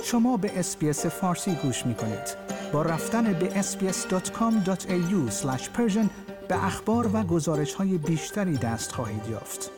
شما به SBS فارسی گوش می کنید. با رفتن به sbs.com.au/persian به اخبار و گزارش‌های بیشتری دست خواهید یافت.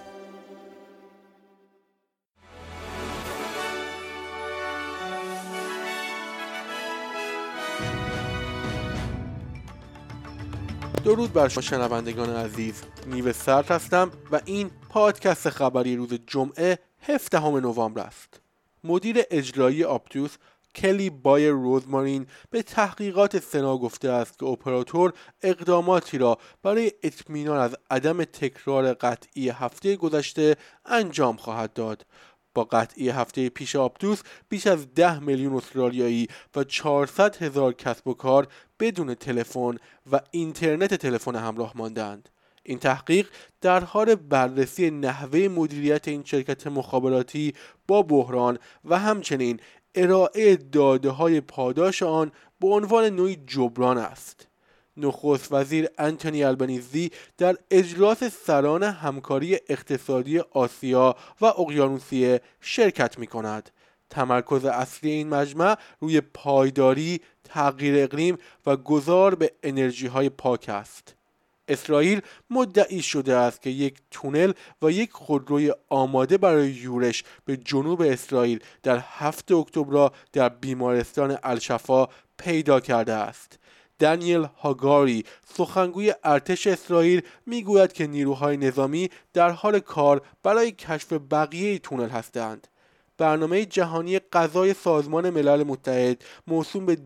درود بر شما شنوندگان عزیز، نیو سرد هستم و این پادکست خبری روز جمعه 17 نوامبر است. مدیر اجرایی آپتوس کلی بایر روزمارین به تحقیقات سنا گفته است که اپراتور اقداماتی را برای اطمینان از عدم تکرار قطعی هفته گذشته انجام خواهد داد. با قطعی هفته پیش آپتوس بیش از 10 میلیون استرالیایی و 400,000 کسب و کار بدون تلفن و اینترنت تلفن همراه ماندند. این تحقیق در حال بررسی نحوه مدیریت این شرکت مخابراتی با بحران و همچنین ارائه داده‌های پاداش آن به عنوان نوعی جبران است. نخست وزیر انتونی البنیزی در اجلاس سران همکاری اقتصادی آسیا و اقیانوسیه شرکت می‌کند. تمرکز اصلی این مجمع روی پایداری، تغییر اقلیم و گذار به انرژی‌های پاک است. اسرائیل مدعی شده است که یک تونل و یک خودروی آماده برای یورش به جنوب اسرائیل در 7 اکتبر در بیمارستان الشفا پیدا کرده است. دانیل هاگاری، سخنگوی ارتش اسرائیل، میگوید که نیروهای نظامی در حال کار برای کشف بقیه تونل هستند. برنامه جهانی غذای سازمان ملل متحد موسوم به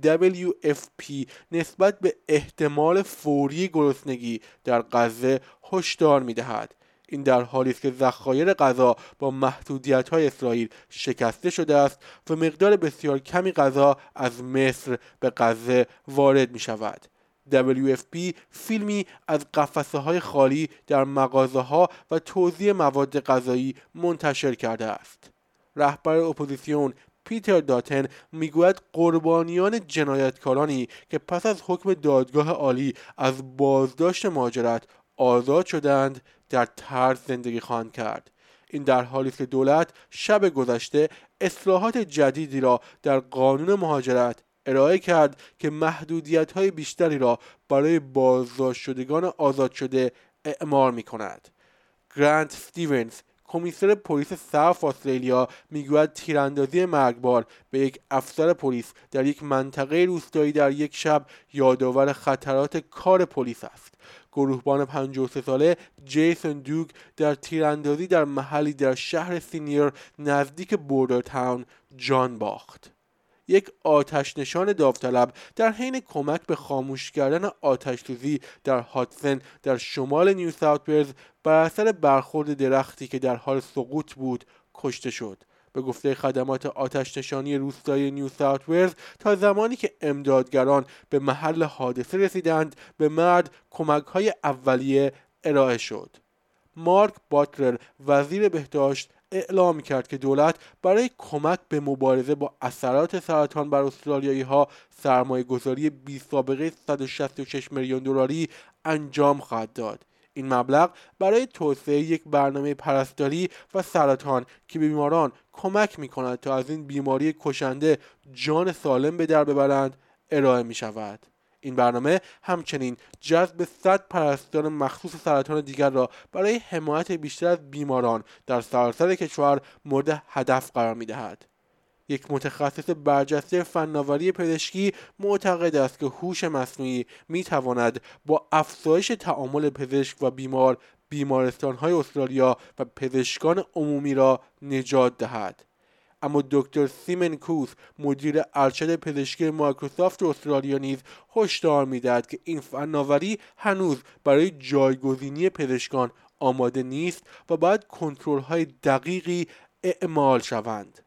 WFP نسبت به احتمال فوری گرسنگی در غزه هشدار می‌دهد. این در حالی است که ذخایر غذا با محدودیت‌های اسرائیل شکسته شده است و مقدار بسیار کمی غذا از مصر به غزه وارد می‌شود. WFP فیلمی از قفسه‌های خالی در مغازه‌ها و توزیع مواد غذایی منتشر کرده است. رهبر اپوزیسیون پیتر داتن میگوید قربانیان جنایتکارانی که پس از حکم دادگاه عالی از بازداشت مهاجرت آزاد شدند در ترس زندگی خواهند کرد. این در حالی است که دولت شب گذشته اصلاحات جدیدی را در قانون مهاجرت ارائه کرد که محدودیت‌های بیشتری را برای بازداشت شدگان آزاد شده اعمال می‌کند. گرانت استیونز، کمیسر پلیس ساوت استرالیا، میگوید تیراندازی مرگبار به یک افسر پلیس در یک منطقه روستایی در یک شب یادآور خطرات کار پلیس است. گروهبان 53 ساله جیسون دوگ در تیراندازی در محلی در شهر سینیر نزدیک بوردر تاون جان باخت. یک آتش نشان داوطلب در حین کمک به خاموش کردن آتش‌سوزی در هاتسن در شمال نیو ساوت ولز بر اثر برخورد درختی که در حال سقوط بود کشته شد. به گفته خدمات آتش نشانی روستایی نیو ساوت ولز، تا زمانی که امدادگران به محل حادثه رسیدند به مرد کمک‌های اولیه ارائه شد. مارک باتلر، وزیر بهداشت، اعلام کرد که دولت برای کمک به مبارزه با اثرات سرطان بر استرالیایی‌ها سرمایه‌گذاری بی‌سابقه 166 میلیون دلاری انجام خواهد داد. این مبلغ برای توسعه یک برنامه پرستاری و سرطان که به بیماران کمک می‌کند تا از این بیماری کشنده جان سالم به در ببرند ارائه می‌شود. این برنامه همچنین جذب 100 پرستار مخصوص سرطان دیگر را برای حمایت بیشتر از بیماران در سراسر کشور مورد هدف قرار می‌دهد. یک متخصص برجسته فناوری پزشکی معتقد است که هوش مصنوعی می‌تواند با افزایش تعامل پزشک و بیمار، بیمارستان‌های استرالیا و پزشکان عمومی را نجات دهد. اما دکتر سیمن کوس، مدیر ارشد پزشکی مایکروسافت استرالیا، نیز هشدار می‌دهد که این فناوری هنوز برای جایگزینی پزشکان آماده نیست و باید کنترل‌های دقیقی اعمال شوند.